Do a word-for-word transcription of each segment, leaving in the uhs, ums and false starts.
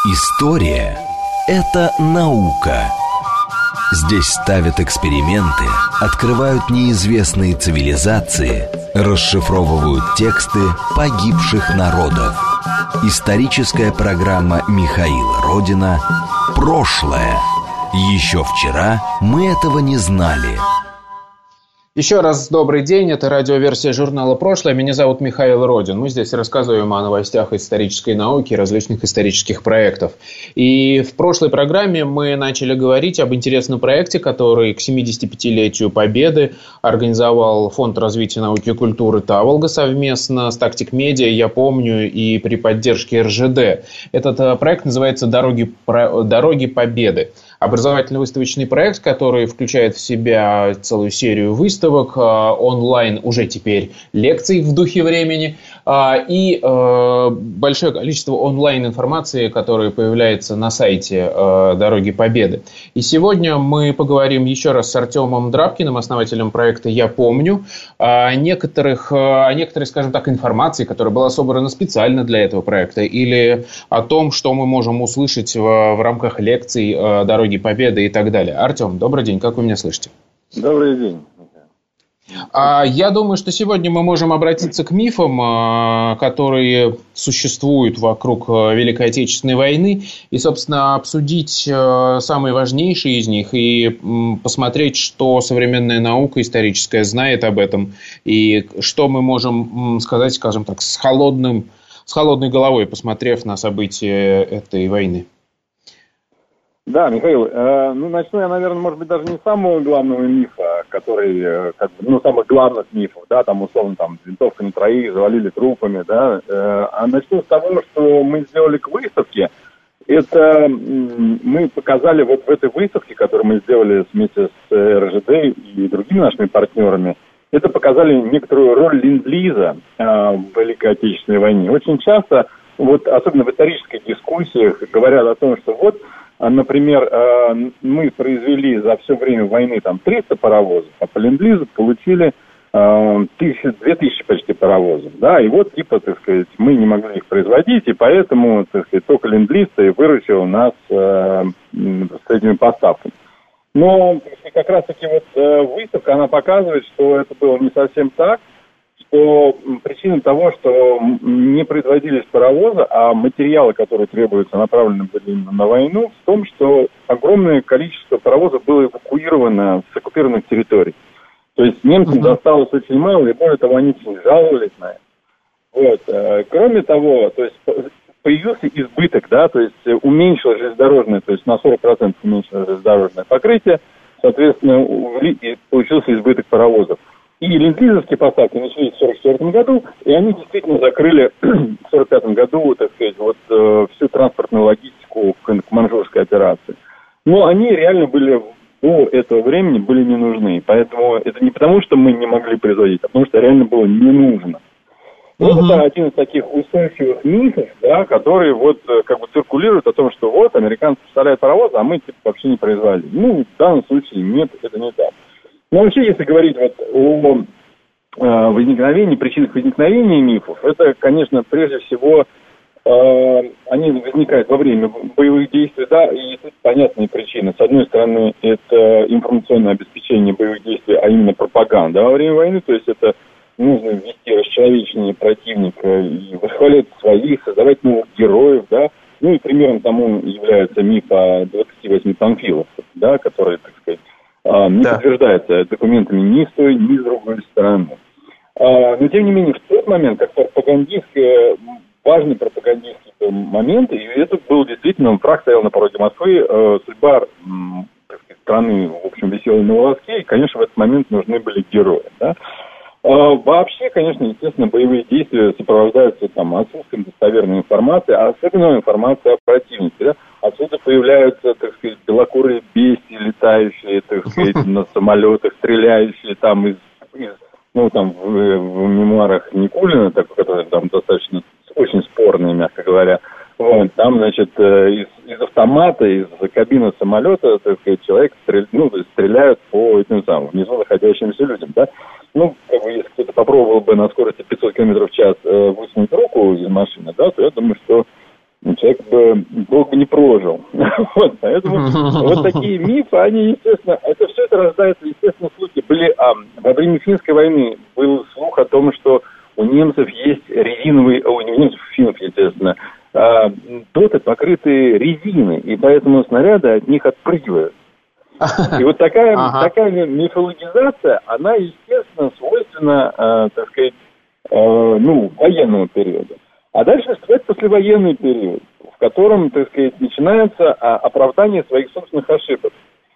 История – это наука. Здесь ставят эксперименты, открывают неизвестные цивилизации, расшифровывают тексты погибших народов. Историческая программа Михаила Родина «Прошлое». Еще вчера мы этого не знали. Еще раз добрый день, это радиоверсия журнала «Прошлое». Меня зовут Михаил Родин. Мы здесь рассказываем о новостях исторической науки и различных исторических проектов. И в прошлой программе мы начали говорить об интересном проекте, который к семидесятипятилетию Победы организовал Фонд развития науки и культуры Таволга совместно с Тактик Медиа, я помню, и при поддержке эр жэ дэ. Этот проект называется «Дороги, Дороги Победы». Образовательно-выставочный проект, который включает в себя целую серию выставок, онлайн уже теперь лекций в духе времени и большое количество онлайн-информации, которая появляется на сайте «Дороги Победы». И сегодня мы поговорим еще раз с Артемом Драбкиным, основателем проекта «Я помню», о некоторых, о некоторой, скажем так, информации, которая была собрана специально для этого проекта, или о том, что мы можем услышать в, в рамках лекций «Дороги Победы» и так далее. Артем, добрый день, как вы меня слышите? Добрый день. Я думаю, что сегодня мы можем обратиться к мифам, которые существуют вокруг Великой Отечественной войны, и, собственно, обсудить самые важнейшие из них и посмотреть, что современная наука историческая знает об этом, и что мы можем сказать, скажем так, с холодным, с холодной головой, посмотрев на события этой войны. Да, Михаил, э, ну начну я, наверное, может быть, даже не с самого главного мифа, который, э, как бы, ну, самых главных мифов, да, там, условно, там, винтовка на троих, завалили трупами, да, э, а начну с того, что мы сделали к выставке. Это м- мы показали вот в этой выставке, которую мы сделали вместе с эр жэ дэ и другими нашими партнерами, это показали некоторую роль ленд-лиза э, в Великой Отечественной войне. Очень часто, вот, особенно в исторических дискуссиях, говорят о том, что вот, например, мы произвели за все время войны там триста паровозов, а по ленд-лизу получили две тысячи почти паровозов, да, и вот, типа, так сказать, мы не могли их производить, и поэтому, так сказать, только ленд-лиз и выручил нас с этими поставками. Но как раз-таки вот выставка, она показывает, что это было не совсем так, что причина того, что не производились паровозы, а материалы, которые требуются, направлены были именно на войну, в том, что огромное количество паровозов было эвакуировано с оккупированных территорий. То есть немцам uh-huh. досталось очень мало, и более того, они очень жаловались на это. Вот. Кроме того, то есть появился избыток, да, то есть уменьшилось железнодорожное, то есть на сорок процентов уменьшилось железнодорожное покрытие, соответственно, получился избыток паровозов. И ленд-лизовские поставки начались в сорок четвёртом году, и они действительно закрыли в сорок пятом году, так сказать, вот э, всю транспортную логистику к, к маньчжурской операции. Но они реально были до этого времени были не нужны. Поэтому это не потому, что мы не могли производить, а потому что реально было не нужно. Uh-huh. Вот это один из таких устойчивых мифов, да, которые вот как бы циркулируют о том, что вот американцы поставляют паровозы, а мы типа вообще не производили. Ну, в данном случае нет, это не так. Но вообще, если говорить вот о э, возникновении, причинах возникновения мифов, это, конечно, прежде всего, э, они возникают во время боевых действий, да, и тут понятные причины. С одной стороны, это информационное обеспечение боевых действий, а именно пропаганда во время войны, то есть это нужно ввести расчеловечение противника и восхвалять своих, создавать новых героев, да. Ну и примером тому является миф о двадцати восьми панфиловцах, да, которые, так сказать, не да. подтверждается документами ни с той, ни с другой стороны. Но, тем не менее, в тот момент, как пропагандистский, важный пропагандистский момент, и это был действительно, враг стоял на пороге Москвы, судьба, так сказать, страны, в общем, висела на волоске, и, конечно, в этот момент нужны были герои, да. Вообще, конечно, естественно, боевые действия сопровождаются там отсутствием достоверной информации, а особенно информации о противнике, да. Отсюда появляются, так сказать, белокурые бестии, летающие, так сказать, на самолетах, стреляющие там из, из ну, там, в, в мемуарах Никулина, так, который там достаточно очень спорные, мягко говоря, вот, там, значит, из, из автомата, из кабины самолета, так сказать, человек стрель, ну, стреляют по этим самым внизу находящимся людям, да. Ну, как бы, если кто-то попробовал бы на скорости пятьсот километров в час э, высунуть руку из машины, да, то я думаю, что человек бы долго не прожил. Вот, поэтому вот такие мифы, они, естественно, это все это рождается, естественно, слухи. Были, а, во время Финской войны был слух о том, что у немцев есть резиновые, у немцев, финнов, естественно, а, доты покрытые резиной, и поэтому снаряды от них отпрыгивают. И вот такая, ага. такая мифологизация, она, естественно, свойственна, э, так сказать, э, ну, военному периоду. А дальше наступает послевоенный период, в котором, так сказать, начинается оправдание своих собственных ошибок.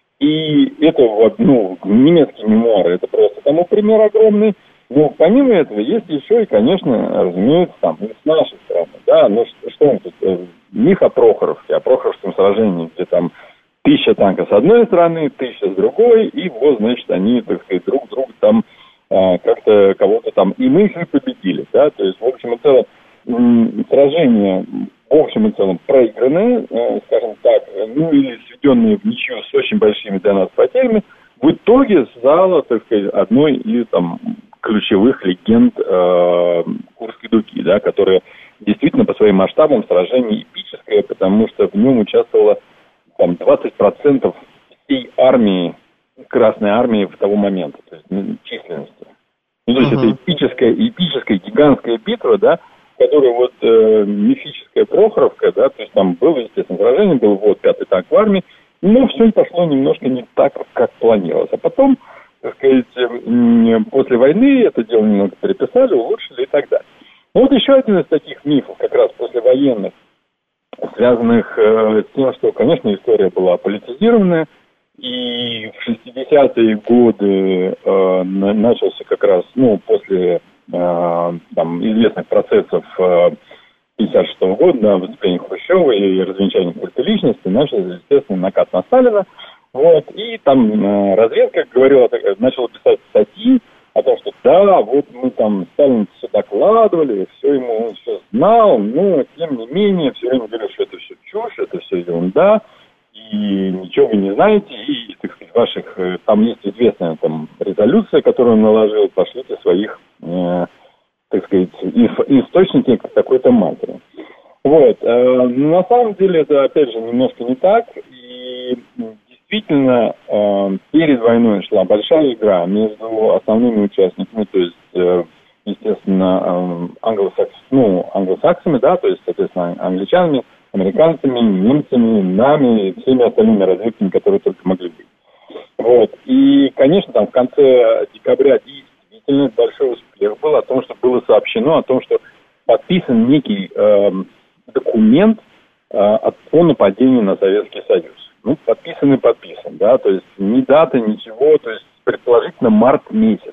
И это, ну, немецкие мемуары, это просто тому пример огромный. Но помимо этого есть еще и, конечно, разумеется, там, с нашей стороны, да, ну, что, что он тут, э, миф о Прохоровке, о Прохоровском сражении, где там тысяча танков с одной стороны, тысяча с другой, и вот, значит, они, так сказать, друг друга там э, как-то кого-то там, и мы их и победили, да, то есть, в общем и целом, м- сражение, в общем и целом, проигранное, э, скажем так, ну, или сведенные в ничью с очень большими для нас потерями, в итоге стало, так сказать, одной из, там, ключевых легенд э, Курской дуги, да, которая действительно по своим масштабам сражение эпическое, потому что в нем участвовало там двадцать процентов всей армии, Красной армии в того момента, то есть ну, численности. Ну, то есть uh-huh. это эпическая, эпическая, гигантская битва, да, которая вот э, мифическая Прохоровка, да, то есть там было, естественно, сражение, был вот пятый танк в армии, но все пошло немножко не так, как планировалось. А потом, так сказать, э, после войны это дело немного переписали, улучшили и так далее. Ну, вот еще один из таких мифов, как раз послевоенных, связанных э, с тем, что, конечно, история была политизированная, и в шестидесятые годы э, начался как раз, ну, после э, там, известных процессов э, пятьдесят шестого года, да, выступления Хрущева и развенчания культа личности, начался, естественно, накат на Сталина, вот, и там э, разведка говорила, начала писать статьи о том, что да, вот мы там Сталину все докладывали, все ему он все знал, но тем не менее все время говорили, что это все чушь, это все ерунда, и ничего вы не знаете, и, так сказать, ваших, там есть известная там резолюция, которую он наложил, пошлите своих, э, так сказать, источники к такой-то матери. Вот, э, на самом деле это, опять же, немножко не так, и действительно, э, перед войной шла большая игра между основными участниками, то есть, э, естественно, э, англосакс, ну, англосаксами, да, то есть, соответственно, англичанами, американцами, немцами, нами и всеми остальными разведками, которые только могли быть. Вот. И, конечно, там в конце декабря действительно большой успех был о том, что было сообщено о том, что подписан некий э, документ э, о нападении на Советский Союз. Ну, подписан и подписан, да, то есть ни даты, ничего, то есть предположительно март месяц.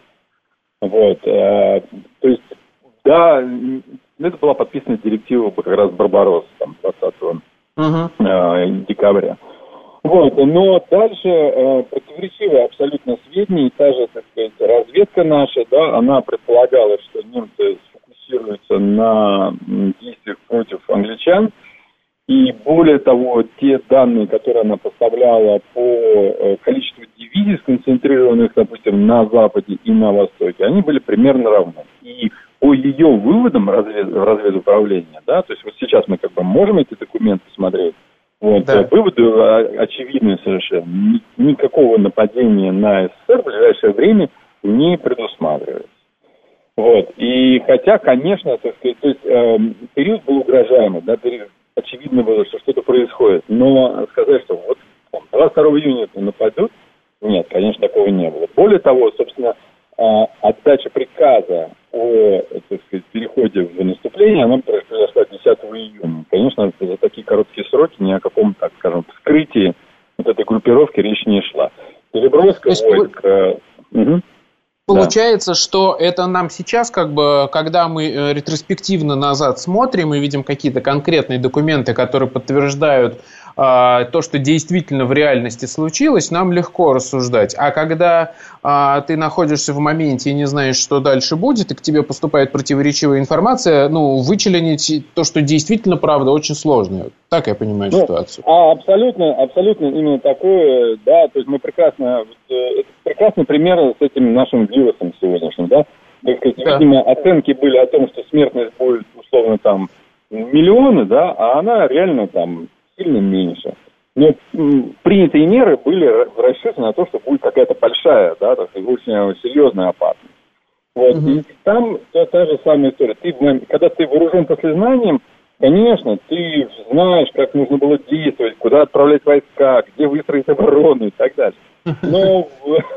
Вот, э, то есть, да, это была подписана директива как раз Барбаросса, там, двадцатого uh-huh. э, декабря. Вот, но дальше э, противоречивые абсолютно сведения, и та же, так сказать, разведка наша, да, она предполагала, что немцы сфокусируются на действиях против англичан. И более того, те данные, которые она поставляла по количеству дивизий, сконцентрированных, допустим, на Западе и на Востоке, они были примерно равны. И по ее выводам развед... разведуправления, да, то есть вот сейчас мы как бы можем эти документы смотреть, вот, да. Выводы очевидны совершенно. Никакого нападения на СССР в ближайшее время не предусматривается. Вот, и хотя, конечно, так сказать, то есть э, период был угрожаемый, да, период очевидно было, что что-то происходит. Но сказать, что вот двадцать второго июня нападут, нет, конечно, такого не было. Более того, собственно, отдача приказа о, так сказать, переходе в наступление, она произошла десятого июня. Конечно, за такие короткие сроки ни о каком, так скажем, вскрытии вот этой группировки речь не шла. Переброска войск... Угу. Получается, да. Что это нам сейчас, как бы, когда мы ретроспективно назад смотрим и видим какие-то конкретные документы, которые подтверждают э, то, что действительно в реальности случилось, нам легко рассуждать. А когда э, ты находишься в моменте и не знаешь, что дальше будет, и к тебе поступает противоречивая информация, ну, вычленить то, что действительно правда, очень сложно. Так я понимаю ну, ситуацию. А, абсолютно, абсолютно именно такое, да, то есть мы прекрасно, это прекрасный пример с этим нашим сегодняшним, да, так сказать, да. Видимо, оценки были о том, что смертность будет, условно, там, миллионы, да, а она реально там сильно меньше. Но м, принятые меры были рассчитаны на то, что будет какая-то большая, да, так сказать, очень серьезная опасность. Вот. Mm-hmm. И там та, та же самая история. Ты, когда ты вооружен послезнанием, конечно, ты знаешь, как нужно было действовать, куда отправлять войска, где выстроить оборону и так далее. Но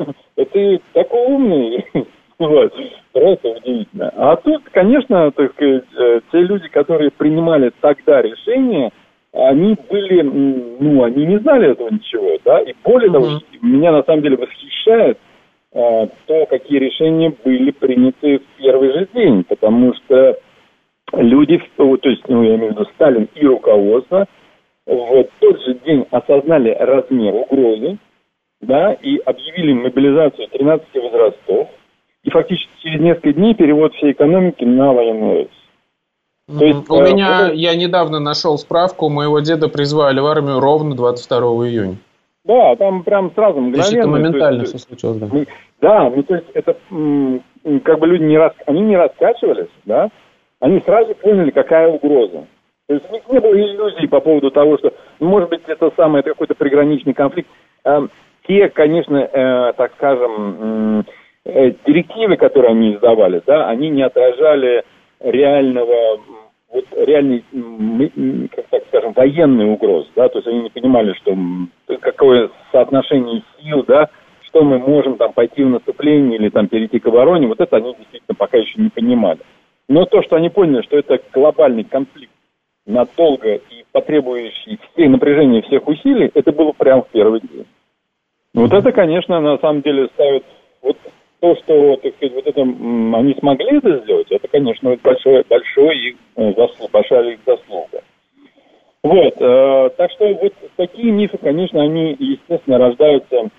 ты такой умный, вот, просто удивительно. А тут, конечно, так сказать, те люди, которые принимали тогда решения, они были, ну, они не знали этого ничего, да, и более того, mm-hmm. меня на самом деле восхищает а, то, какие решения были приняты в первый же день, потому что люди, то есть, ну, я имею в виду Сталин и руководство, в тот же день осознали размер угрозы, да, и объявили мобилизацию тринадцати возрастов, и фактически через несколько дней перевод всей экономики на военный рейс. То есть, у э, меня, э, я недавно нашел справку, моего деда призвали в армию ровно двадцать второго июня. Да, там прям сразу мгновенно. То есть, это моментально есть, все случилось, да. Мы, да, ну то есть это м, как бы люди не рас, они не раскачивались, да, они сразу поняли, какая угроза. То есть у них не было иллюзий по поводу того, что, ну, может быть, это самый это какой-то приграничный конфликт. Э, те, конечно, э, так скажем, э, директивы, которые они издавали, да, они не отражали реального, вот реальной, как так скажем, военной угрозы, да, то есть они не понимали, что какое соотношение сил, да, что мы можем там пойти в наступление или там перейти к обороне, вот это они действительно пока еще не понимали. Но то, что они поняли, что это глобальный конфликт надолго и потребующий всей напряжения всех усилий, это было прямо в первый день. Вот это, конечно, на самом деле ставит вот то, что, так сказать, вот это м, они смогли это сделать, это, конечно, большой, большой их заслуга, большая их заслуга. Вот, э, так что вот такие мифы, конечно, они, естественно, рождаются э,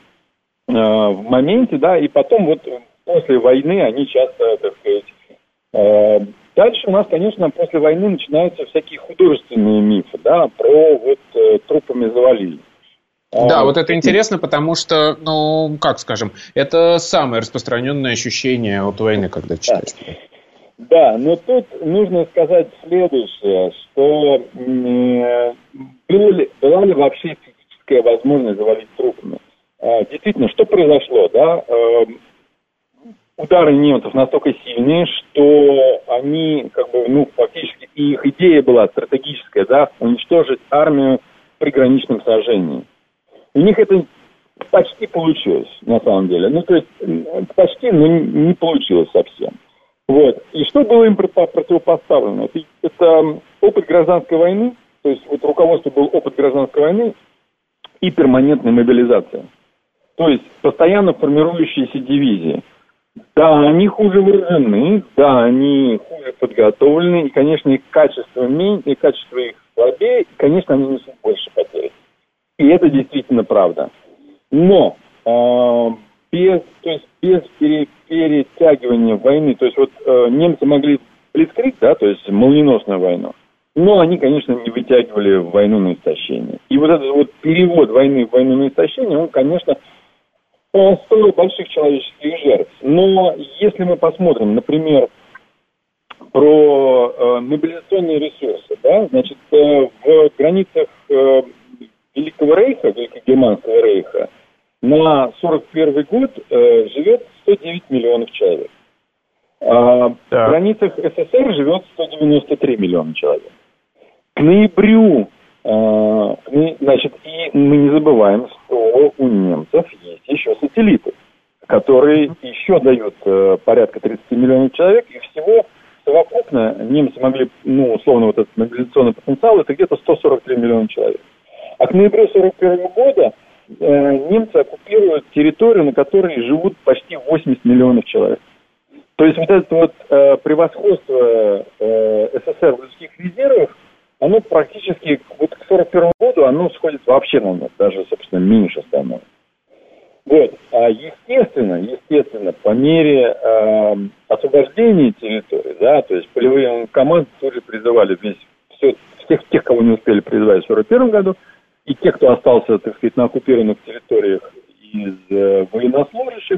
в моменте, да, и потом вот после войны они часто, так сказать, э, дальше у нас, конечно, после войны начинаются всякие художественные мифы, да, про вот э, трупами завалили. Да, а, вот это интересно, потому что, ну, как скажем, это самое распространенное ощущение от войны, когда читаешь. Да, да, но тут нужно сказать следующее, что э, была, ли, была ли вообще физическая возможность завалить трупами? А, действительно, что произошло, да? Э, удары немцев настолько сильные, что они, как бы, ну, фактически, и их идея была стратегическая, да, уничтожить армию в приграничном сражении. У них это почти получилось, на самом деле. Ну, то есть, почти, но не получилось совсем. Вот. И что было им противопоставлено? Это, это опыт гражданской войны, то есть, вот руководству был опыт гражданской войны и перманентная мобилизация. То есть, постоянно формирующиеся дивизии. Да, они хуже вооружены, да, они хуже подготовлены, и, конечно, их качество меньше, и качество их слабее, и, конечно, они несут больше потерь. И это действительно правда. Но э, без, то есть без пере, перетягивания войны, то есть вот э, немцы могли блицкриг, да, то есть молниеносную войну, но они, конечно, не вытягивали войну на истощение. И вот этот вот перевод войны в войну на истощение, он, конечно, стоил больших человеческих жертв. Но если мы посмотрим, например, про э, мобилизационные ресурсы, да, значит, э, в границах э, Великого Рейха, Великогерманского Рейха, на сорок первый год э, живет сто девять миллионов человек. А в границах СССР живет сто девяносто три миллиона человек. К ноябрю, э, значит, и мы не забываем, что у немцев есть еще сателлиты, которые еще дают э, порядка тридцать миллионов человек, и всего совокупно немцы могли, ну, условно, вот этот мобилизационный потенциал, это где-то сто сорок три миллиона человек. А к ноябрю сорок первого года э, немцы оккупируют территорию, на которой живут почти восемьдесят миллионов человек. То есть вот это вот э, превосходство э, СССР в людских резервах, оно практически вот к сорок первому году оно сходит вообще на нет, даже, собственно, меньше становится. Вот. А естественно, естественно, по мере э, освобождения территории, да, то есть полевые команды тоже призывали весь, все, всех тех, кого не успели призывать в сорок первом году, и те, кто остался, так сказать, на оккупированных территориях из э, военнослужащих,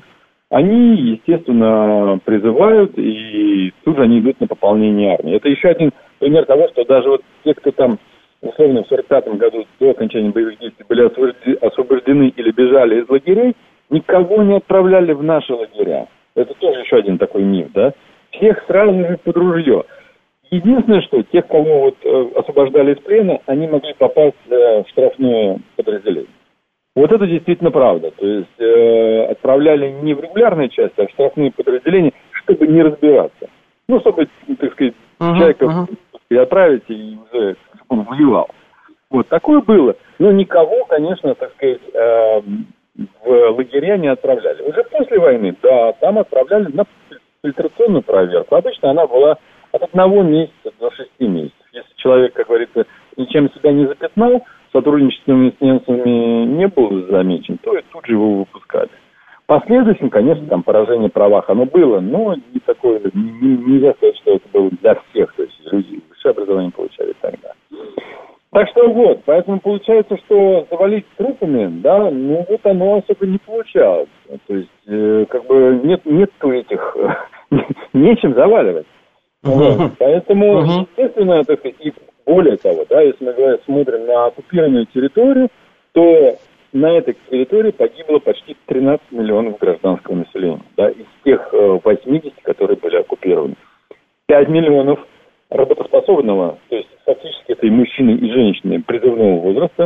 они, естественно, призывают, и тут же они идут на пополнение армии. Это еще один пример того, что даже вот те, кто там, условно, в сорок пятом году до окончания боевых действий были освобождены или бежали из лагерей, никого не отправляли в наши лагеря. Это тоже еще один такой миф, да? Всех сразу же под ружье. Единственное, что тех, кого вот э, освобождали из плена, они могли попасть э, в штрафное подразделение. Вот это действительно правда. То есть э, отправляли не в регулярные части, а в штрафные подразделения, чтобы не разбираться. Ну, чтобы, так сказать, uh-huh, человека uh-huh. отправить и уже чтобы он воевал. Вот такое было. Но никого, конечно, так сказать, э, в лагеря не отправляли. Уже после войны, да, там отправляли на фильтрационную проверку. Обычно она была от одного месяца до шести месяцев. Если человек, как говорится, ничем себя не запятнал, сотрудничеством с немцами не был замечен, то и тут же его выпускали. Последующим, конечно, там поражение в правах оно было, но не такое, не, нельзя сказать, что это было для всех, то есть люди высшее образование получали тогда. Так что вот, поэтому получается, что завалить трупами, да, ну вот оно особо не получалось. То есть, э, как бы нет, нету этих, нечем заваливать. Вот. Поэтому, uh-huh. естественно, так сказать, и более того, да, если мы смотрим на оккупированную территорию, то на этой территории погибло почти тринадцать миллионов гражданского населения, да, из тех восьмидесяти, которые были оккупированы. пять миллионов работоспособного, то есть фактически это и мужчины, и женщины призывного возраста.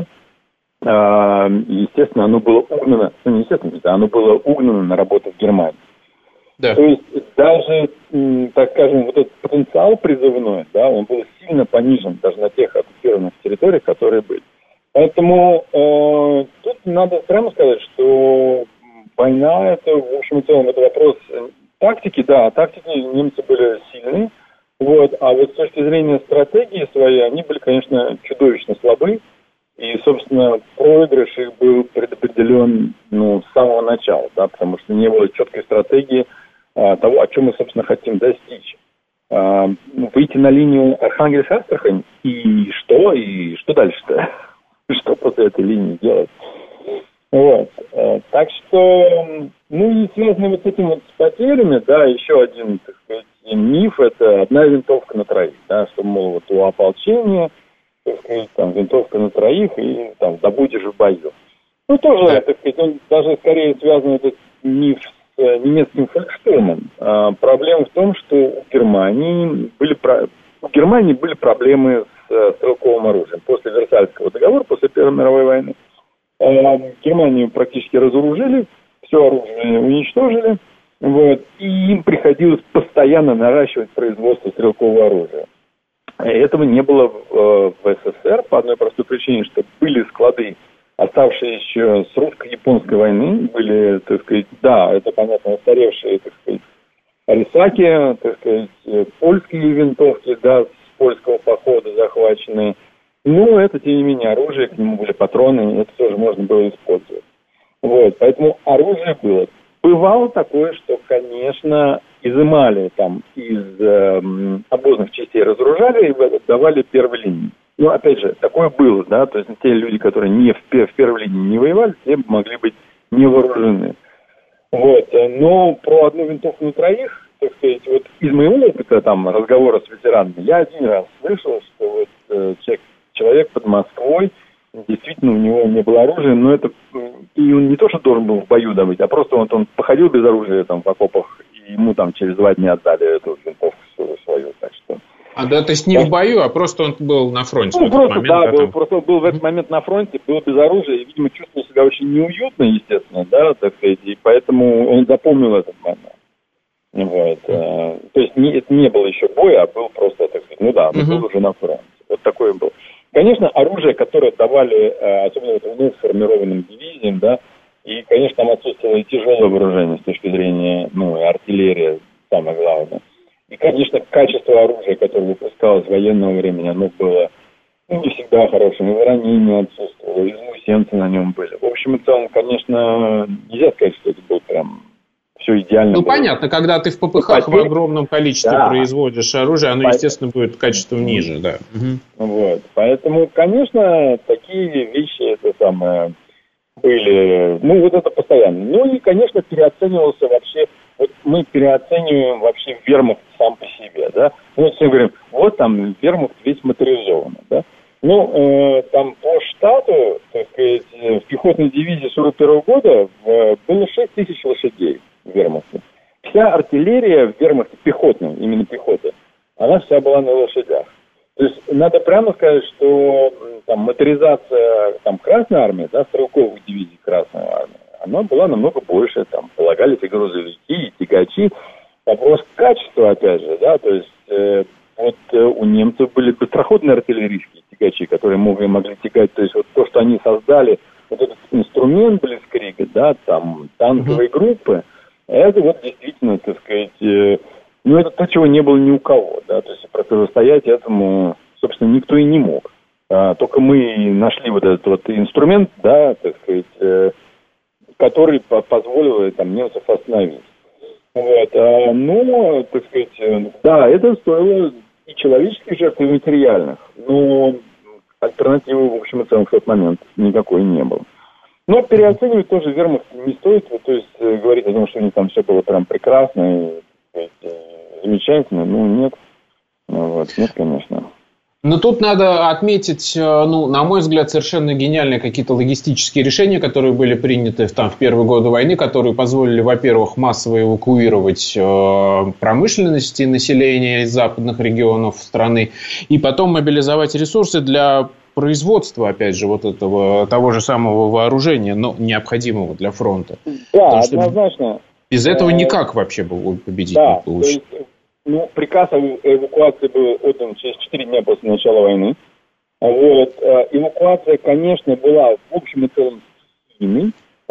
А, естественно, оно было угнано, ну не естественно, оно было угнано на работу в Германии. Да. То есть даже, так скажем, вот этот потенциал призывной, да, он был сильно понижен даже на тех оккупированных территориях, которые были. Поэтому э, тут надо прямо сказать, что война, это, в общем и целом, это вопрос тактики, да, тактики немцы были сильны, вот, а вот с точки зрения стратегии своей, они были, конечно, чудовищно слабы, и, собственно, проигрыш их был предопределен, ну, с самого начала, да, потому что не было четкой стратегии а, того, о чем мы, собственно, хотим достичь. А, выйти на линию Архангельск-Астрахань, и что, и что дальше-то? Что после этой линии делать? Вот. Так что, ну и связано вот с этим вот с потерями, да, еще один, так сказать, миф, это одна винтовка на троих, да, что, мол, вот у ополчения, так сказать, там, винтовка на троих, и там, да будешь в бою. Ну, тоже, так сказать, он даже скорее связан этот миф с немецким фольксштурмом. А, проблема в том, что у Германии были, у Германии были проблемы с стрелковым оружием. После Версальского договора, после Первой мировой войны, Германию практически разоружили, все оружие уничтожили, вот, и им приходилось постоянно наращивать производство стрелкового оружия. Этого не было в, в СССР по одной простой причине, что были склады, оставшиеся еще с русско-японской войны, были, так сказать, да, это, понятно, устаревшие, так сказать, Арисаки, так сказать, польские винтовки, да, с польского похода захваченные. Но это, тем не менее, оружие, к нему были патроны, это тоже можно было использовать. Вот, поэтому оружие было. Бывало такое, что, конечно, изымали там из э, обозных частей, разоружали и давали первой линии. Но, опять же, такое было, да, то есть те люди, которые не в, в первой линии не воевали, те могли быть не вооружены. Вот, но про одну винтовку на троих, так сказать, вот из моего опыта там разговора с ветеранами, я один раз слышал, что вот э, человек, человек под Москвой, действительно у него не было оружия, но это и он не то, что должен был в бою добыть, а просто вот он походил без оружия там в окопах, и ему там через два дня отдали эту винтовку свою, так что... А да, то есть не да. в бою, а просто он был на фронте. Ну, просто, момент, да, был, там... просто был в этот момент на фронте, был без оружия, и, видимо, чувствовал себя очень неуютно, естественно, да, так сказать, и поэтому он запомнил этот момент. Вот. Mm-hmm. То есть не, это не было еще боя, а был просто, так сказать, ну да, он mm-hmm. был уже на фронте. Вот такое было. Конечно, оружие, которое давали, особенно вот вновь сформированным дивизиям, да, и, конечно, там отсутствовало и тяжелое вооружение с точки зрения, ну, и артиллерия, самое главное. И, конечно, качество оружия, которое выпускалось в военное время, оно было, ну, не всегда хорошим, и в ранении отсутствовало, и заусенцы на нем были. В общем и целом, конечно, нельзя сказать, что это было прям все идеально. Ну, было. Понятно, когда ты в ППХ в огромном количестве да. производишь оружие, оно, естественно, будет качеством ниже, да. Угу. Вот, поэтому, конечно, такие вещи, это самое, были, ну, вот это постоянно. Ну, и, конечно, переоценивался вообще вот мы переоцениваем вообще вермахт сам по себе, да. Вот все говорим, вот там вермахт весь моторизованный, да. Ну, э, там по штату, так сказать, в пехотной дивизии сорок первого года э, было шесть тысяч лошадей в вермахте. Вся артиллерия в вермахте, пехотная, именно пехота, она вся была на лошадях. То есть надо прямо сказать, что там моторизация там, Красной Армии, да, стрелковых дивизий Красной Армии, она была намного больше, там полагались и грузовики, и тягачи. Вопрос качества, опять же, да, то есть э, вот э, у немцев были быстроходные артиллерийские тягачи, которые могли, могли тягать, то есть вот то, что они создали, вот этот инструмент Блицкрига, да, там танковые группы, это вот действительно, так сказать, э, ну это то, чего не было ни у кого, да, то есть противостоять этому, собственно, никто и не мог. А, только мы нашли вот этот вот инструмент, да, так сказать, э, который по- позволил там немцев остановить. Вот, а, но, так сказать, да, это стоило и человеческих жертв, и материальных, но альтернативы, в общем и целом, в тот момент никакой не было. Но переоценивать тоже вермахт не стоит, вот, то есть э, говорить о том, что у них там все было прям прекрасно и, так сказать, замечательно, ну, нет, вот, нет, конечно. Но тут надо отметить, ну, на мой взгляд, совершенно гениальные какие-то логистические решения, которые были приняты там, в первые годы войны, которые позволили, во-первых, массово эвакуировать э, промышленность и население из западных регионов страны, и потом мобилизовать ресурсы для производства, опять же, вот этого того же самого вооружения, но необходимого для фронта. Да, однозначно. Без этого никак вообще было победить да, не получится. Ну, приказ о эвакуации был отдан через четыре дня после начала войны. Вот. Эвакуация, конечно, была в общем и целом стихийной.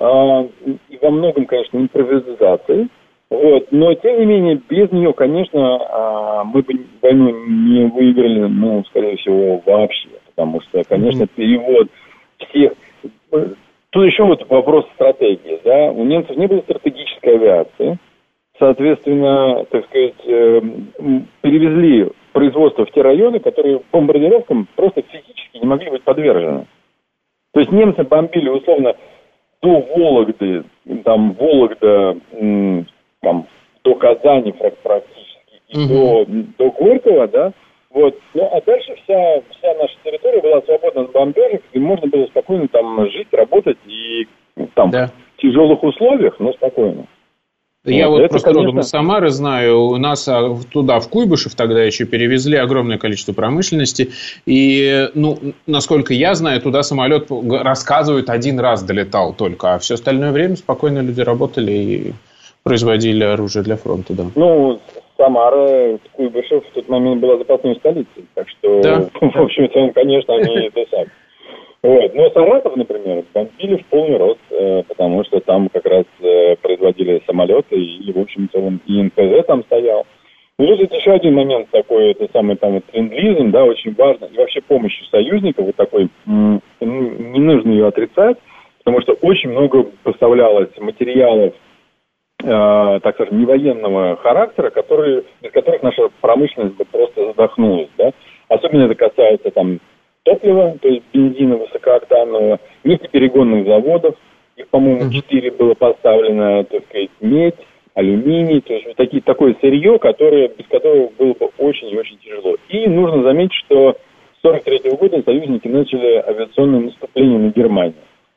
И во многом, конечно, импровизацией. Вот. Но, тем не менее, без нее, конечно, мы бы войну не выиграли, ну, скорее всего, вообще. Потому что, конечно, перевод всех... Тут еще вот вопрос стратегии. Да? У немцев не было стратегической авиации. Соответственно, так сказать, э, перевезли производство в те районы, которые бомбардировкам просто физически не могли быть подвержены. То есть немцы бомбили условно до Вологды, там Вологда, м, там, до Казани практически, и mm-hmm. до, до Горького, да, вот. Ну, а дальше вся, вся наша территория была свободна от бомбежек, и можно было спокойно там жить, работать и там да. в тяжелых условиях, но спокойно. Я вот, вот просто конечно... родом из Самары знаю, у нас туда, в Куйбышев, тогда еще перевезли огромное количество промышленности. И, ну, насколько я знаю, туда самолет, рассказывают, один раз долетал только. А все остальное время спокойно люди работали и производили оружие для фронта, да. Ну, Самара, Куйбышев в тот момент была запасной столицей. Так что, да. в общем-то, конечно, они это сами. Вот. Но Саратов, например, бомбили в полный рост, э, потому что там как раз э, производили самолеты, и, в общем-то, и эн пэ зэ там стоял. Ну, тут еще один момент такой, это самый там вот ленд-лизм, да, очень важно, и вообще помощью союзников, вот такой, м- не нужно ее отрицать, потому что очень много поставлялось материалов, э, так скажем, невоенного характера, которые, без которых наша промышленность бы просто задохнулась, да. Особенно это касается там топлива, то есть бензина высокооктанового, нефтеперегонных заводов, их, по-моему, четыре было поставлено, так сказать, медь, алюминий, то есть вот такие, такое сырье, которое, без которого было бы очень и очень тяжело. И нужно заметить, что с сорок третьего года союзники начали авиационное наступление на Германию.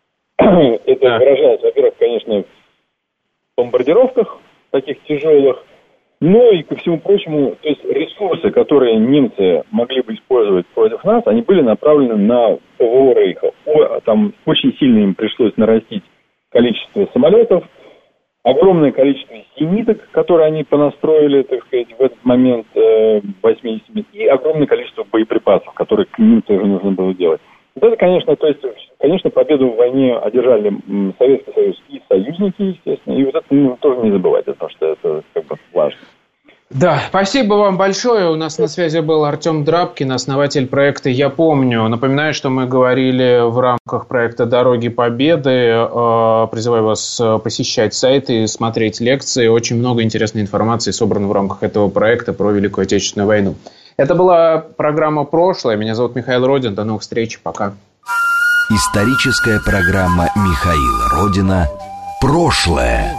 Это выражалось, во-первых, конечно, в бомбардировках таких тяжелых, но и, ко всему прочему, то есть ресурсы, которые немцы могли бы использовать против нас, они были направлены на ПВО Рейха. О, там очень сильно им пришлось нарастить количество самолетов, огромное количество зениток, которые они понастроили, так сказать, в этот момент э, восьмидесятых, и огромное количество боеприпасов, которые к ним тоже нужно было делать. Вот это, конечно, то есть, конечно, победу в войне одержали Советский Союз и союзники, естественно, и вот это ну, тоже не забывайте, потому что это как бы важно. Да, спасибо вам большое. У нас на связи был Артем Драбкин, основатель проекта «Я помню». Напоминаю, что мы говорили в рамках проекта «Дороги Победы». Призываю вас посещать сайт и смотреть лекции. Очень много интересной информации собрано в рамках этого проекта про Великую Отечественную войну. Это была программа «Прошлое». Меня зовут Михаил Родин. До новых встреч. Пока. Историческая программа Михаила Родина «Прошлое».